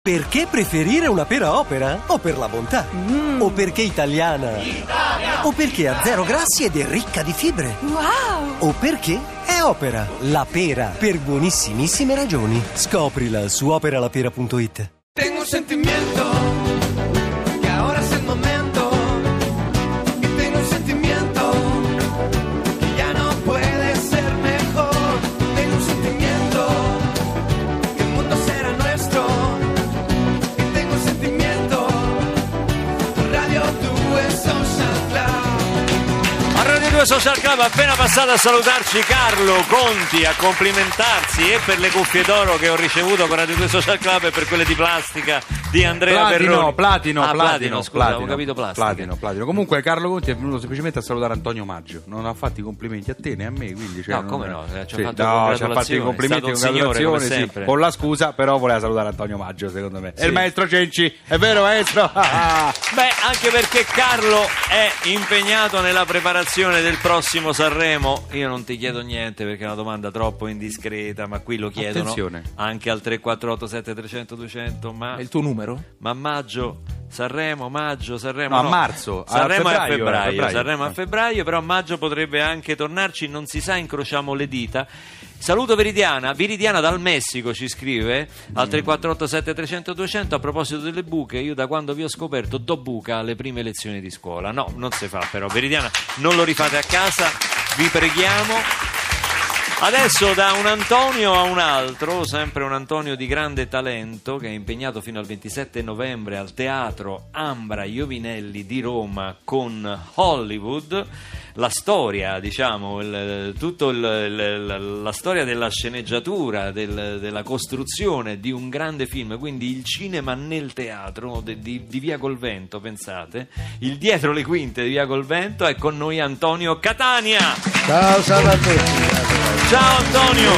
Perché preferire una pera Opera? O per la bontà? O perché italiana? Italia! O perché ha 0 grassi ed è ricca di fibre? Wow! O perché è Opera, la pera, per buonissimissime ragioni. Scoprila su operalapera.it. Tengo un sentimiento que ahora es el momento. Y tengo un sentimiento que ya no puede ser mejor. Tengo un sentimiento que el mundo será nuestro. Y tengo un sentimiento Radio 2 Social Club. A Radio 2 Social Club appena passato a salutarci Carlo Conti, a complimentarsi e per le cuffie d'oro che ho ricevuto con Radio 2 Social Club e per quelle di plastica di Andrea Perroni. Platino, scusa, avevo capito plastica. Platino. Comunque Carlo Conti è venuto semplicemente a salutare Antonio Maggio, non ha fatto i complimenti a te né a me, quindi No, come no? Ci ha fatto i complimenti e congratulazioni, sì, con la scusa, però voleva salutare Antonio Maggio, secondo me. Sì. E il maestro Cenci, è vero maestro? Beh, anche perché Carlo è impegnato nella preparazione del prossimo Sanremo. Io non ti chiedo niente perché è una domanda troppo indiscreta, ma qui lo chiedono. Attenzione. Anche al 348 7300 200. Ma È il tuo numero? Ma maggio, Sanremo, No, a marzo, Sanremo a è a febbraio. febbraio. Sanremo a febbraio, però a maggio potrebbe anche tornarci, non si sa, incrociamo le dita. Saluto Viridiana dal Messico, ci scrive al 348 7300 200. A proposito delle buche, io da quando vi ho scoperto do buca alle prime lezioni di scuola. No, non si fa però, Viridiana, non lo rifate a casa, vi preghiamo. Adesso da un Antonio a un altro, sempre un Antonio di grande talento che è impegnato fino al 27 novembre al Teatro Ambra Iovinelli di Roma con Hollywood. La storia, diciamo, la storia della sceneggiatura, della costruzione di un grande film, quindi il cinema nel teatro di Via Colvento, pensate, il dietro le quinte di Via Colvento. È con noi Antonio Catania. Ciao, salve a tutti. Ciao Antonio,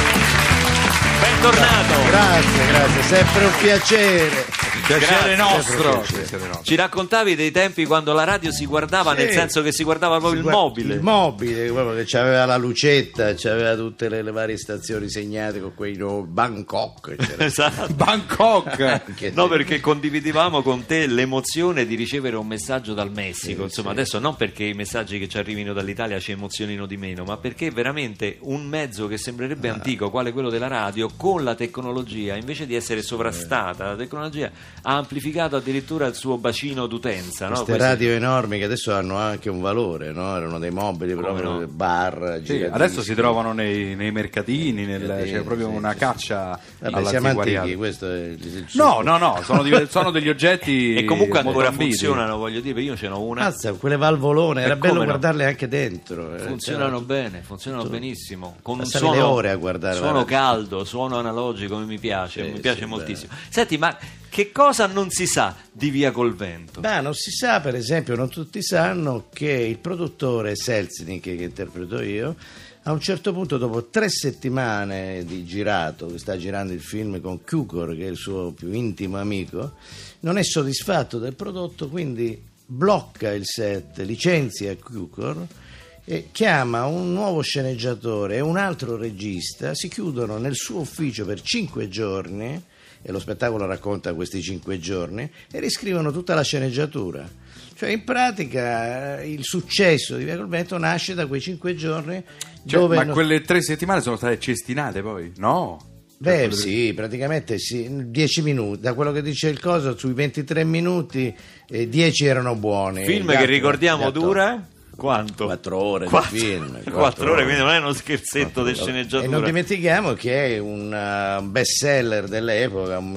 bentornato. Grazie, sempre un piacere. Piacere nostro. Ci raccontavi dei tempi quando la radio si guardava, Sì. nel senso che si guardava proprio il mobile. Il mobile, proprio che c'aveva la lucetta, c'aveva tutte le varie stazioni segnate con quei Bangkok. Esatto. Bangkok. Anche No, sì. perché condividevamo con te l'emozione di ricevere un messaggio dal Messico. Insomma, adesso non perché i messaggi che ci arrivino dall'Italia ci emozionino di meno, ma perché veramente un mezzo che sembrerebbe antico, quale quello della radio, con la tecnologia, invece di essere sovrastata, la tecnologia ha amplificato addirittura il suo bacino d'utenza. No? Queste radio enormi che adesso hanno anche un valore, no? Erano dei mobili proprio, no? Bar, Sì, giradischi. adesso si trovano nei mercatini, c'è proprio sì, una sì, caccia Vabbè, siamo all'antiquariato. antichi, questo è il No, sono degli oggetti E comunque molto ancora ambiti. funzionano, voglio dire, io ce n'ho una. Mazza, quelle valvolone, era come bello no? guardarle anche dentro. Funzionano bene, funzionano benissimo. Con un Passavi le suono, ore a guardare la suono radio. caldo, suono analogico, mi piace, Sì, mi piace sì, moltissimo. Senti, ma che cosa non si sa di Via Colvento? Beh, non si sa, per esempio, non tutti sanno che il produttore Selznick, che interpreto io, a un certo punto, dopo 3 settimane di girato, che sta girando il film con Cukor, che è il suo più intimo amico, non è soddisfatto del prodotto, quindi blocca il set, licenzia Cukor e chiama un nuovo sceneggiatore e un altro regista, si chiudono nel suo ufficio per 5 giorni, e lo spettacolo racconta questi 5 giorni, e riscrivono tutta la sceneggiatura. Cioè, in pratica, il successo di Via Colvento nasce da quei 5 giorni dove... Ma quelle 3 settimane sono state cestinate poi? No. Beh, sì, praticamente sì, 10 minuti, da quello che dice il coso, sui 23 minuti 10 erano buoni. Film che ricordiamo dura? Quanto? 4 ore di 4 film. 4 ore, quindi non è uno scherzetto di E non sceneggiatura. dimentichiamo che è un best seller dell'epoca, 1,5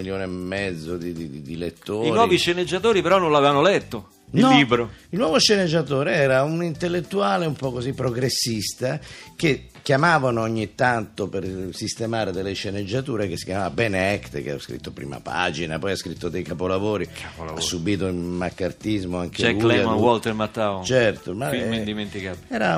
milioni di lettori. I nuovi sceneggiatori però non l'avevano letto, il libro. Il nuovo sceneggiatore era un intellettuale un po' così progressista che chiamavano ogni tanto per sistemare delle sceneggiature, che si chiamava Ben Hecht, che ha scritto Prima Pagina, poi ha scritto dei capolavori. Ha subito il maccartismo anche Jack lui. Lemmon, Walter Matthau, Certo, ma film indimenticabili. era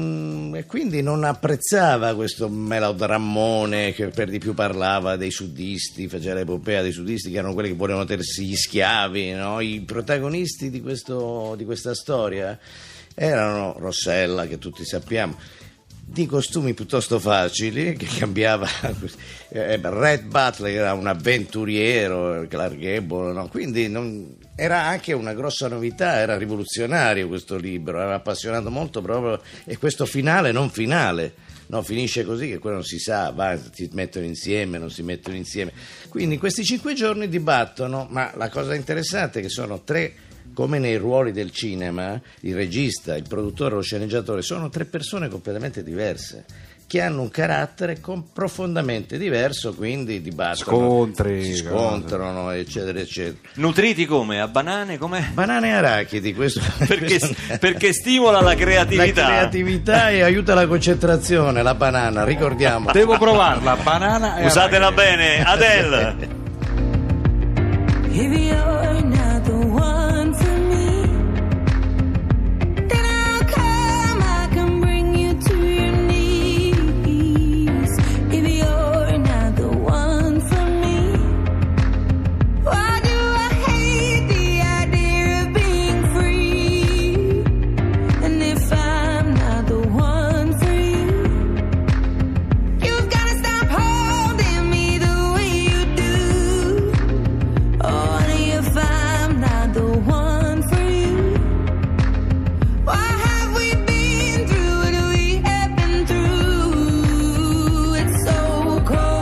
e quindi non apprezzava questo melodrammone che per di più parlava dei sudisti, faceva l'epopea dei sudisti, che erano quelli che volevano tenersi gli schiavi, no? I protagonisti di questa storia erano Rossella, che tutti sappiamo, di costumi piuttosto facili, che cambiava. Red Butler era un avventuriero, Clark Gable, no? Quindi era anche una grossa novità, era rivoluzionario questo libro, aveva appassionato molto proprio, e questo finale non finale. No, finisce così, che quello non si sa, si mettono insieme, non si mettono insieme. Quindi in questi 5 giorni dibattono, ma la cosa interessante è che sono 3, come nei ruoli del cinema, il regista, il produttore, lo sceneggiatore, sono 3 persone completamente diverse, che hanno un carattere profondamente diverso, quindi dibattono, si scontrano, eccetera, eccetera. Nutriti come? A banane? Com'è? Banane e arachidi, questo perché stimola la creatività. La creatività e aiuta la concentrazione, la banana, ricordiamo. Devo provarla, banana e usatela bene, Adele. If you're not the one for me, then I'll come, I can bring you to your knees. If you're not the one for me, why do I hate the idea of being free? And if I'm not the one for you, you've gotta stop holding me the way you do. Oh, if I'm not the one for you, why have we been through what we have been through? It's so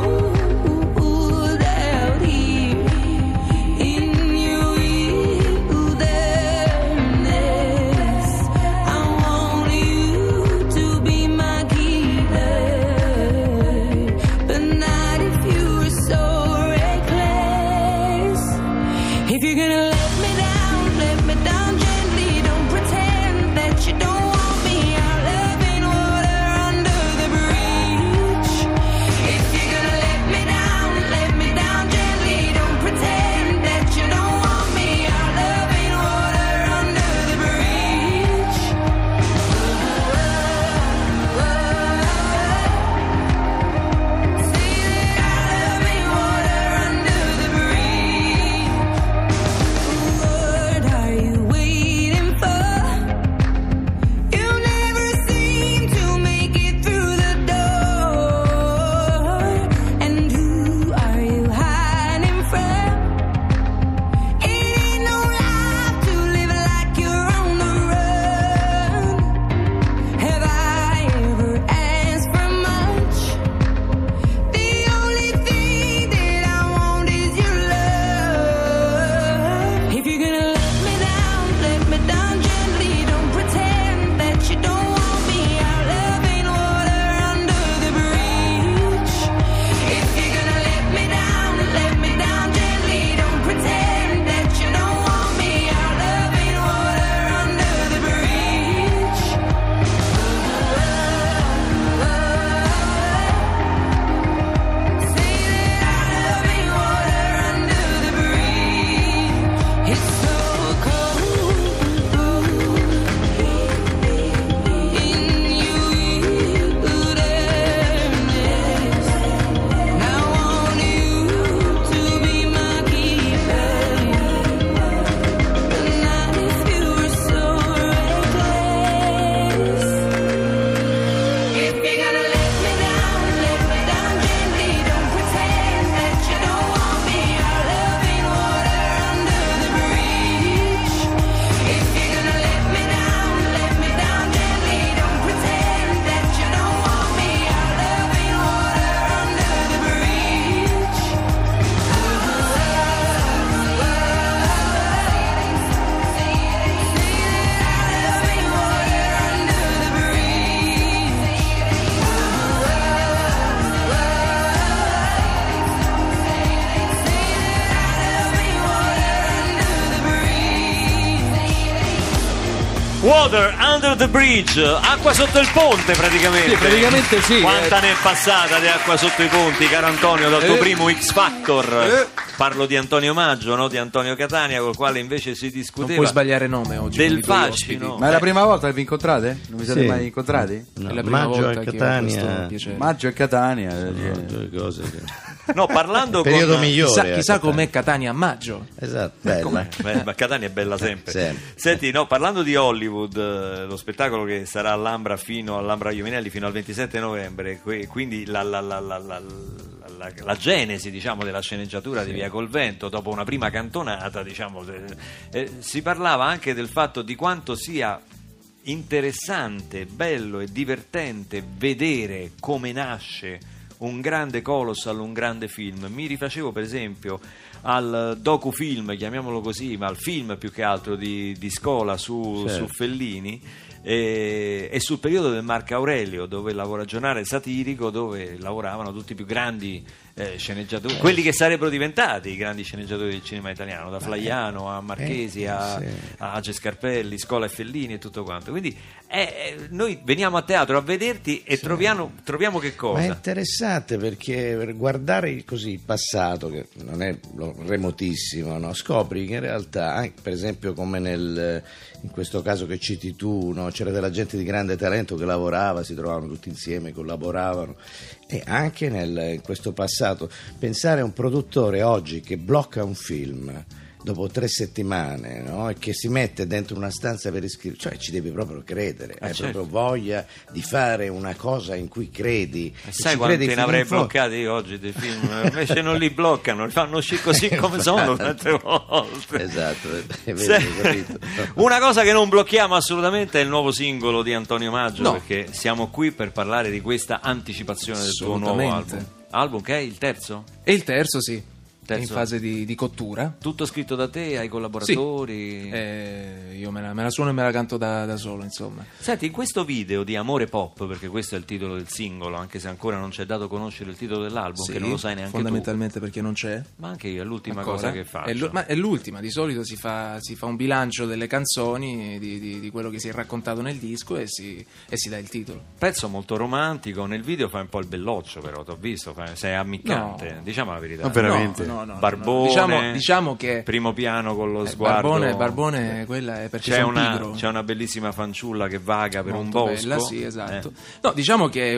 cold out here in your wilderness. I want you to be my keeper, but not if you were so reckless. If you're gonna let me down gently. Don't pretend that you don't want me out loving water under the bridge. If you're gonna let me down gently. Don't pretend that you don't want me out loving water under the bridge. Say that loving water under the bridge. What are you waiting for? You never seem to make it through the door. And who are you hiding from? It ain't no life to live like you're on the run. Have I ever asked for much? The only thing that I want is your love. If you're gonna let me down gently. Don't pretend that you don't want me out loving water under the bridge. If you're gonna let me down gently. Don't pretend that you don't want me out loving water under the bridge. Say that loving water under the bridge. It's so cold in your wilderness. I want you to be my keeper, but not if you were so reckless. If you're gonna let me down gently. Don't pretend that you don't want me out loving water under the bridge. If you're gonna let me down gently. Don't pretend that you don't want me out loving water under the bridge. Loving water under the Water under the bridge, acqua sotto il ponte praticamente. Sì, praticamente sì. Quanta ne è passata di acqua sotto i ponti, caro Antonio, dal tuo primo X Factor. Parlo di Antonio Maggio, no? Di Antonio Catania, col quale invece si discuteva. Non puoi sbagliare nome oggi. Del fascino. Ma è la prima volta che vi incontrate? Non vi siete mai incontrati? No, È la prima Maggio volta e che ho Catania. questo piacere. Maggio e Catania. Due cose che... No, parlando Periodo con... migliore. Chissà com'è Catania a maggio. Esatto, bella. Ma Catania è bella sempre. Sempre. Senti, no, parlando di Hollywood, lo spettacolo che sarà all'Ambra Iominelli fino al 27 novembre, quindi la genesi, diciamo, della sceneggiatura di Via col Vento, dopo una prima cantonata, diciamo, si parlava anche del fatto di quanto sia interessante, bello e divertente vedere come nasce un grande colossal, un grande film. Mi rifacevo per esempio al docufilm, chiamiamolo così, ma al film più che altro di Scola su Fellini, e sul periodo del Marco Aurelio, dove lavora giornale satirico, dove lavoravano tutti i più grandi sceneggiatori, quelli che sarebbero diventati i grandi sceneggiatori del cinema italiano, da Flaiano a Marchesi a Gescarpelli, Scola e Fellini e tutto quanto. Quindi noi veniamo a teatro a vederti e troviamo che cosa? Ma è interessante, perché per guardare così il passato, che non è remotissimo, no? Scopri che in realtà, anche, per esempio come in questo caso che citi tu, no? C'era della gente di grande talento che lavorava, si trovavano tutti insieme, collaboravano, e anche in questo passato pensare a un produttore oggi che blocca un film dopo 3 settimane, no? E che si mette dentro una stanza per iscrivere, cioè ci devi proprio credere, hai proprio voglia di fare una cosa in cui credi. Sai quanti ne avrei bloccati io oggi dei film? Invece non li bloccano, li fanno uscire così come sono tante volte. Esatto, capito. Una cosa che non blocchiamo assolutamente è il nuovo singolo di Antonio Maggio, perché siamo qui per parlare di questa anticipazione del tuo nuovo album che è il terzo? E il terzo, sì. In fase di cottura. Tutto scritto da te, ai collaboratori? Sì. Io me la suono e me la canto da solo, insomma. Senti, in questo video di Amore Pop, perché questo è il titolo del singolo, anche se ancora non ci è dato conoscere il titolo dell'album, che non lo sai neanche fondamentalmente tu, perché non c'è. Ma anche io, è l'ultima cosa che faccio. Ma è l'ultima, di solito si fa un bilancio delle canzoni, di quello che si è raccontato nel disco e si dà il titolo. Pezzo molto romantico, nel video fai un po' il belloccio, però t'ho visto, sei ammiccante, diciamo la verità. Ma veramente? No. Barbone, diciamo che primo piano con lo sguardo. Barbone, quella è perché c'è una bellissima fanciulla che vaga per molto un bosco. Bella, sì, esatto. No, diciamo che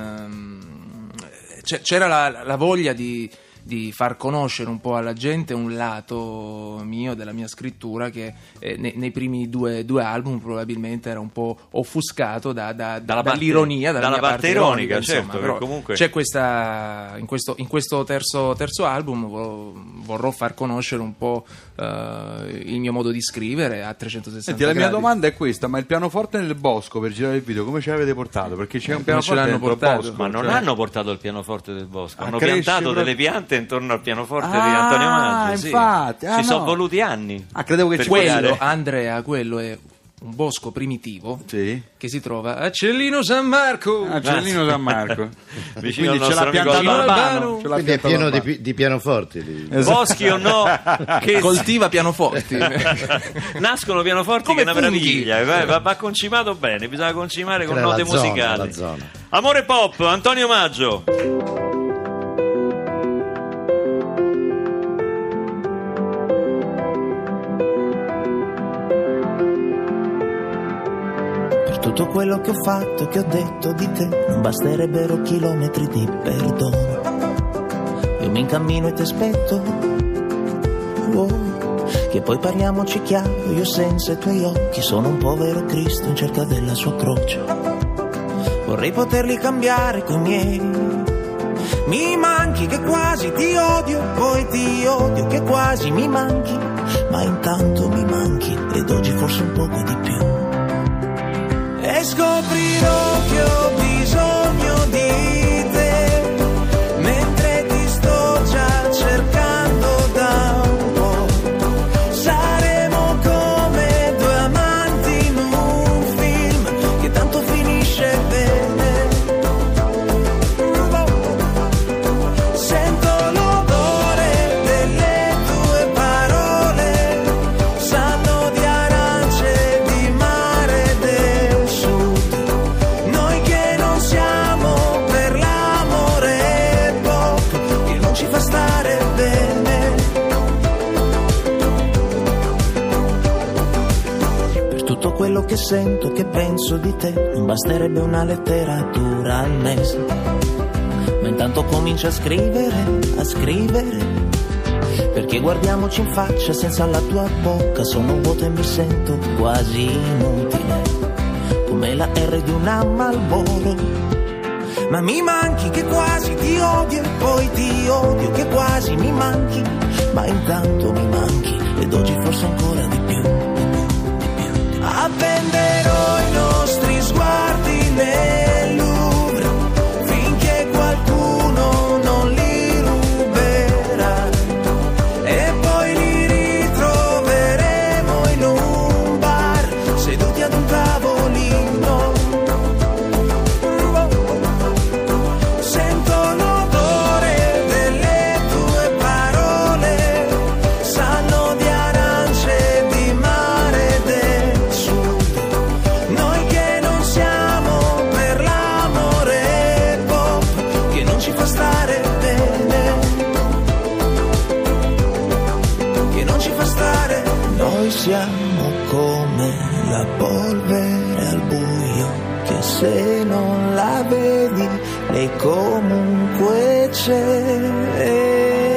c'era la voglia di far conoscere un po' alla gente un lato mio, della mia scrittura, che nei primi due album probabilmente era un po' offuscato dall'ironia, dalla mia parte ironica, certo, però comunque c'è questa in questo terzo album vorrò far conoscere un po' il mio modo di scrivere a 360 Senti, gradi. la mia domanda è questa: ma il pianoforte nel bosco per girare il video come ce l'avete portato? Perché c'è un pianoforte dentro il bosco. Ma non hanno portato il pianoforte del bosco, hanno piantato delle piante intorno al pianoforte di Antonio Maggio. Infatti, ci sono voluti anni. Credevo che quello, Andrea, quello è un bosco primitivo che si trova a Cellino San Marco. Vicino al Quindi c'è la pianta Albano. Quindi è pieno di pianoforti. Boschi o no? Che coltiva pianoforti. Nascono pianoforti come che è una meraviglia. Va concimato bene, bisogna concimare con note musicali. La zona. Amore Pop, Antonio Maggio. Tutto quello che ho fatto, che ho detto di te, non basterebbero chilometri di perdono. Io mi incammino e ti aspetto, che poi parliamoci chiaro, io senza i tuoi occhi sono un povero Cristo in cerca della sua croce. Vorrei poterli cambiare coi miei, mi manchi che quasi ti odio, poi ti odio che quasi mi manchi, ma intanto mi manchi ed oggi forse un poco di più. E scoprirò che ho bisogno di te, mentre ti sto già cercando da un po'. Saremo come due amanti in un film che tanto finisce bene. Sento l'odore delle tue parole, sanno di arance, di mare, del sud. Noi che non siamo per l'amore pop, che non ci fa stare bene. Per tutto quello che sento, che penso di te, non basterebbe una letteratura al mese. Ma intanto comincia a scrivere, perché guardiamoci in faccia, senza la tua bocca sono vuoto e mi sento quasi inutile, come la R di una Marlboro. Ma mi manchi che quasi ti odio e poi ti odio che quasi mi manchi, ma intanto mi manchi ed oggi forse ancora di più. Appenderò i nostri sguardi nel Louvre finché qualcuno non li ruberà, e poi li ritroveremo in un bar seduti ad un tavolino. Sento l'odore delle tue parole, sanno di arance, di mare del sud. Noi che non siamo per l'amore pop, che non ci fa stare bene, che non ci fa stare. Noi siamo come la polvere al buio, che se non la vedi lei comunque c'è.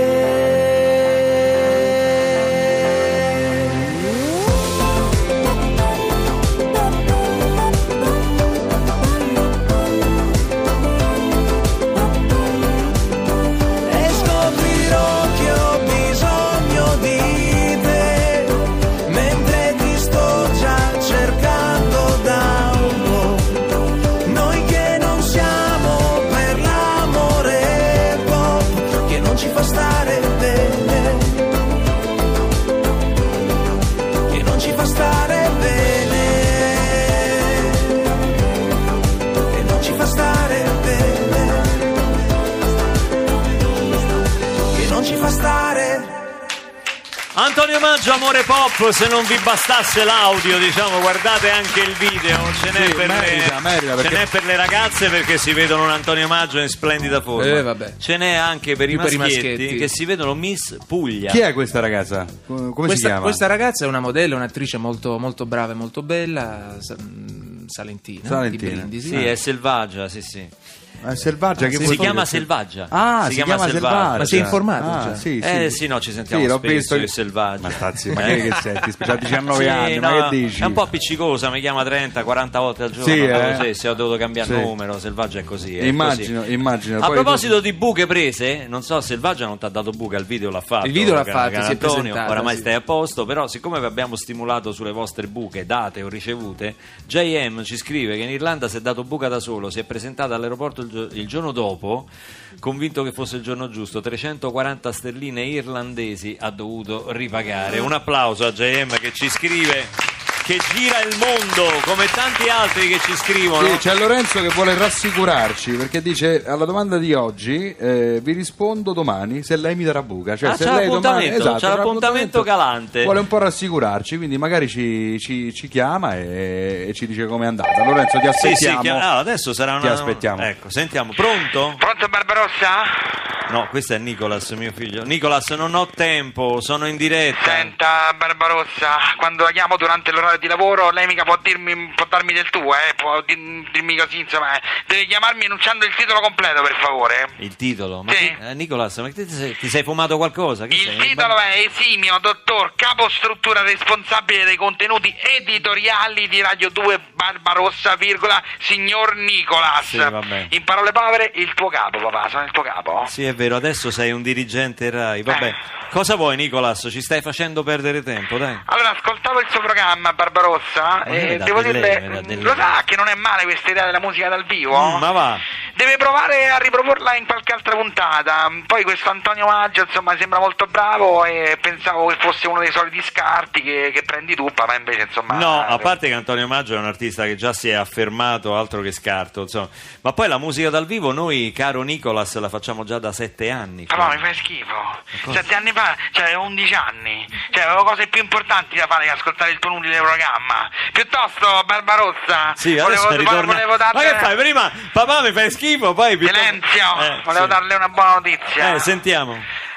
E scoprirò che ho bisogno di te, mentre ti sto già cercando da un po'. Noi che non siamo per l'amore pop, che non ci fa stare bene, che non ci fa stare bene, che non ci fa stare bene, che non ci fa stare. Antonio Maggio, Amore Pop. Se non vi bastasse l'audio, diciamo, guardate anche il video. Ce n'è, Sì, per, merita, ce n'è per le ragazze, perché si vedono un Antonio Maggio in splendida forma. Vabbè. Ce n'è anche per i Più per i maschietti, maschietti. che si vedono Miss Puglia. Chi è questa ragazza? Come si chiama? Questa ragazza è una modella, un'attrice molto, molto brava e molto bella, salentina. Di Brindisi. Sì, è selvaggia, sì. Selvaggia, che Si vuol chiama dire? Selvaggia. Ah, si chiama Selvaggia. Ma sei informato Ah, già? sì, Sì, no, ci sentiamo Sì, l'ho spesso, visto. io e Selvaggia. Ma stazzi, ma che senti? Ha 19 Sì, anni, no, ma che dici? è un po' appiccicosa, mi chiama 30-40 volte al giorno. Sì, Se ho dovuto cambiare Sì. numero, Selvaggia è così. È Immagino. A Poi proposito di buche prese, non so, Selvaggia non ti ha dato buca, il video l'ha fatto. Il video l'ha Can- fatto, Can si è Antonio, presentata, oramai sì. stai a posto, però siccome vi abbiamo stimolato sulle vostre buche date o ricevute, JM ci scrive che in Irlanda si è dato buca da solo, si è presentato all'aeroporto il giorno dopo, convinto che fosse il giorno giusto, 340 sterline irlandesi ha dovuto ripagare. Un applauso a JM che ci scrive, che gira il mondo come tanti altri che ci scrivono. Sì, c'è Lorenzo che vuole rassicurarci, perché dice: alla domanda di oggi vi rispondo domani se lei mi darà buca. Cioè, se c'è lei l'appuntamento, domani, c'è l'appuntamento calante. Vuole un po' rassicurarci, quindi magari ci chiama e ci dice com'è andata. Lorenzo, ti aspettiamo. Adesso sarà una... Ti aspettiamo. Ecco, sentiamo. Pronto? Pronto Barbarossa? No, questo è Nicolas, mio figlio. Nicolas, non ho tempo, sono in diretta. Senta Barbarossa, quando la chiamo durante l'orario di lavoro lei mica può darmi del tuo, può dirmi così, insomma, deve chiamarmi enunciando il titolo completo, per favore. Il titolo? Ma Sì. Nicolas, ma ti sei fumato qualcosa? Che Il sei? titolo è Esimio dottor capostruttura responsabile dei contenuti editoriali di Radio 2 Barbarossa, virgola, signor Nicolas. Sì, vabbè. In parole povere, il tuo capo, papà, sono il tuo capo. Sì, è vero, adesso sei un dirigente Rai. Vabbè, cosa vuoi, Nicolas? Ci stai facendo perdere tempo, dai. Allora, ascoltavo il suo programma, Barbarossa, e da devo delle dirle, leve, da delle lo sa leve. che non è male questa idea della musica dal vivo? Ma va. Deve provare a riproporla in qualche altra puntata. Poi questo Antonio Maggio, insomma, sembra molto bravo e pensavo che fosse uno dei soliti scarti che prendi tu, ma invece, insomma... No, a parte che Antonio Maggio è un artista che già si è affermato, altro che scarto, insomma. Ma poi la musica dal vivo noi, caro Nicolas, la facciamo già da 7 anni. Ma no, mi fai schifo. 7 anni fa, cioè avevo 11 anni. Cioè avevo cose più importanti da fare che ascoltare il tuo inutile programma. Piuttosto, Barbarossa, Sì, adesso volevo darle... Ma che fai? Prima papà mi fai schifo, poi... Silenzio, Sì. volevo darle una buona notizia. Sentiamo.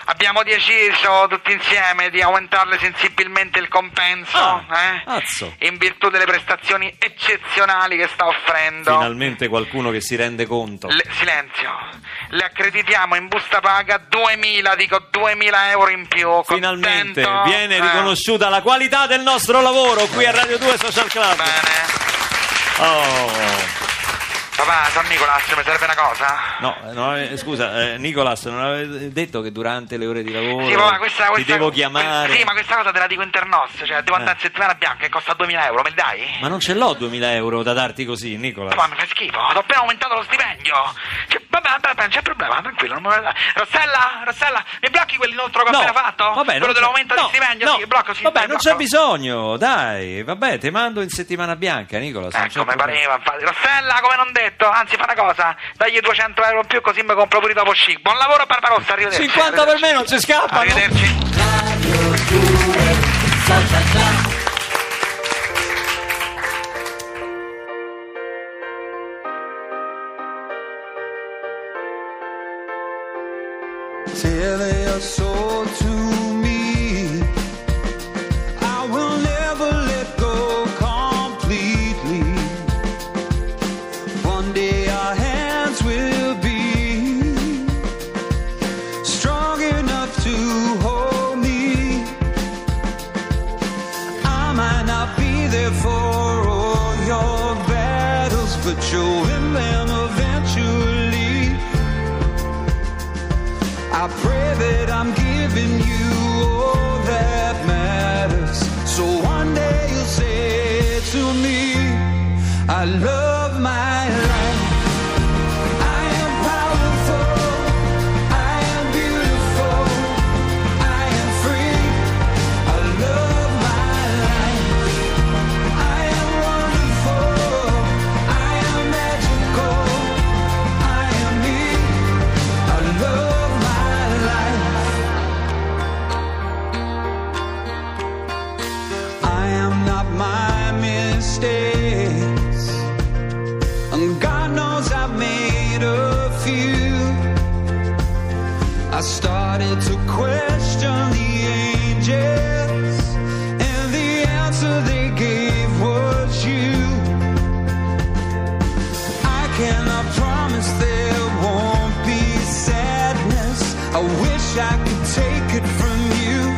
Abbiamo deciso tutti insieme di aumentarle sensibilmente il compenso, azzo. in virtù delle prestazioni eccezionali che sta offrendo. Finalmente qualcuno che si rende conto. Silenzio. Le accreditiamo in busta paga 2.000 euro in più. Finalmente Contento? viene riconosciuta la qualità del nostro lavoro qui a Radio 2 Social Club. Bene. Oh. Papà, San Nicolas, mi serve una cosa? No, scusa, Nicolas, non avevi detto che durante le ore di lavoro Sì, papà, questa ti devo chiamare? Sì, ma questa cosa te la dico internos, cioè devo andare a settimana bianca che costa 2.000 euro, me li dai? Ma non ce l'ho 2.000 euro da darti così, Nicolas. Papà, mi fai schifo, ho appena aumentato lo stipendio. Cioè, vabbè, non c'è problema, tranquillo, non me lo dai. Rossella, mi blocchi quell'inoltro che ho appena fatto? Vabbè, quello dell'aumento di stipendio? Sì, blocco, sì. Vabbè, non blocco. c'è bisogno, dai, vabbè, ti mando in settimana bianca, Nicolas. Ecco, mi pareva, infatti. Rossella, come non detto, anzi, fa una cosa, dagli 200 euro in più così mi compro pure dopo chic. Buon lavoro, Barbarossa, arrivederci. 50 per me non ci scappa. Arrivederci. Sell your soul to me. I will never let go completely. One day our hands will be strong enough to hold me. I might not be there for all your battles, but you'll win them eventually. I pray that I'm giving you all that matters. So one day you'll say to me, I love my life. I am powerful. I am beautiful. I am free. I love my life. I am wonderful. I am magical. I am me. I love my mistakes, and God knows I've made a few. I started to question the angels, and the answer they gave was you. I cannot promise there won't be sadness. I wish I could take it from you,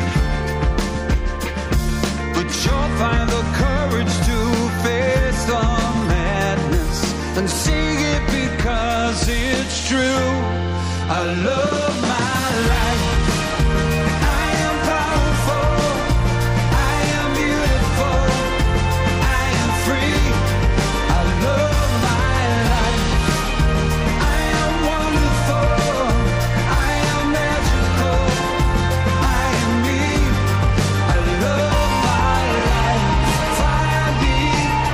but you'll find the courage to face the madness and sing it because it's true. I love my life. I am powerful. I am beautiful. I am free. I love my life. I am wonderful. I am magical. I am me. I love my life. Fire beat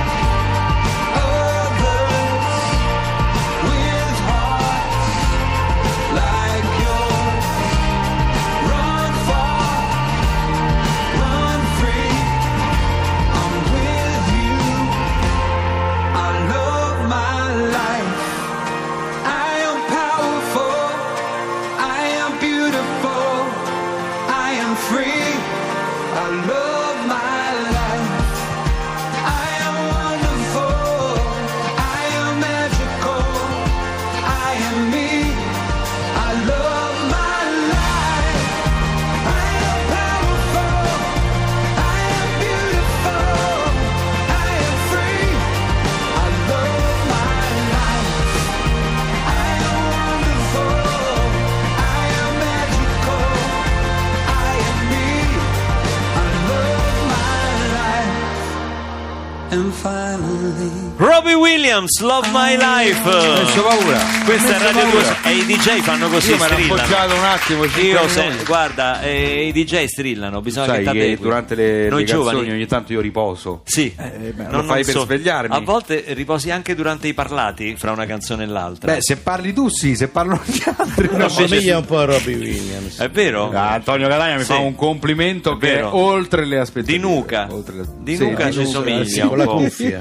others with hearts like yours. Run far, run free. I'm with you. I love my life. I am powerful. I am beautiful. I am free. I love my life. I am wonderful. I am magical. I am me. I love my life. I am powerful. I am beautiful. I am free. I love my life. I am wonderful. I am magical. I am me. I love my life. And finally, Robbie Williams, Love My Life. Ho paura. Questa è Radio 2 e i DJ fanno così, Io mi ero strillano. appoggiato un attimo. Guarda, i DJ strillano, bisogna Sai che che t'adegui. durante le Noi canzoni giovani ogni tanto io riposo. sì, lo fai per svegliarmi. A volte riposi anche durante i parlati fra una canzone e l'altra. Beh, se parli tu sì, se parlano gli altri no. Assomiglia un po' a Robbie Williams. È vero? Antonio Catania mi Sì. fa un complimento È che è vero. oltre le aspettative. Di nuca. Oltre le- Di Sì, nuca di ci nuca, somiglia. sì, con la po'. cuffia.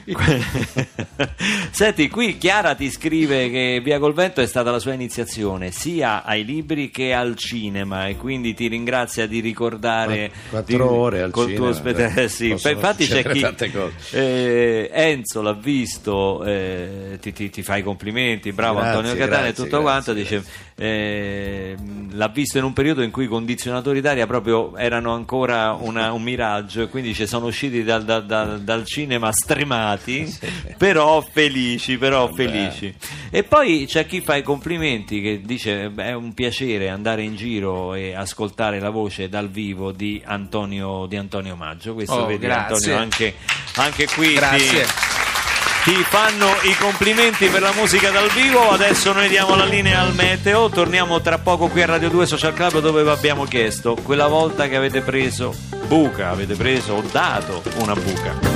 Senti, qui Chiara ti scrive che Via col Vento è stata la sua iniziazione sia ai libri che al cinema, e quindi ti ringrazia di ricordare 4 ore al col cinema, tuo sì. Infatti c'è chi Enzo l'ha visto, ti fa i complimenti, bravo. Grazie, Antonio Catania e grazie, tutto quanto, grazie. dice l'ha visto in un periodo in cui i condizionatori d'aria proprio erano ancora un miraggio, e quindi ci sono usciti dal cinema stremati, però felici. E poi c'è chi fa i complimenti, che dice è un piacere andare in giro e ascoltare la voce dal vivo di Antonio Maggio. Questo vedi, grazie. Antonio, anche qui Grazie. ti fanno i complimenti per la musica dal vivo. Adesso noi diamo la linea al meteo, torniamo tra poco qui a Radio 2 Social Club, dove vi abbiamo chiesto quella volta che avete preso o dato una buca.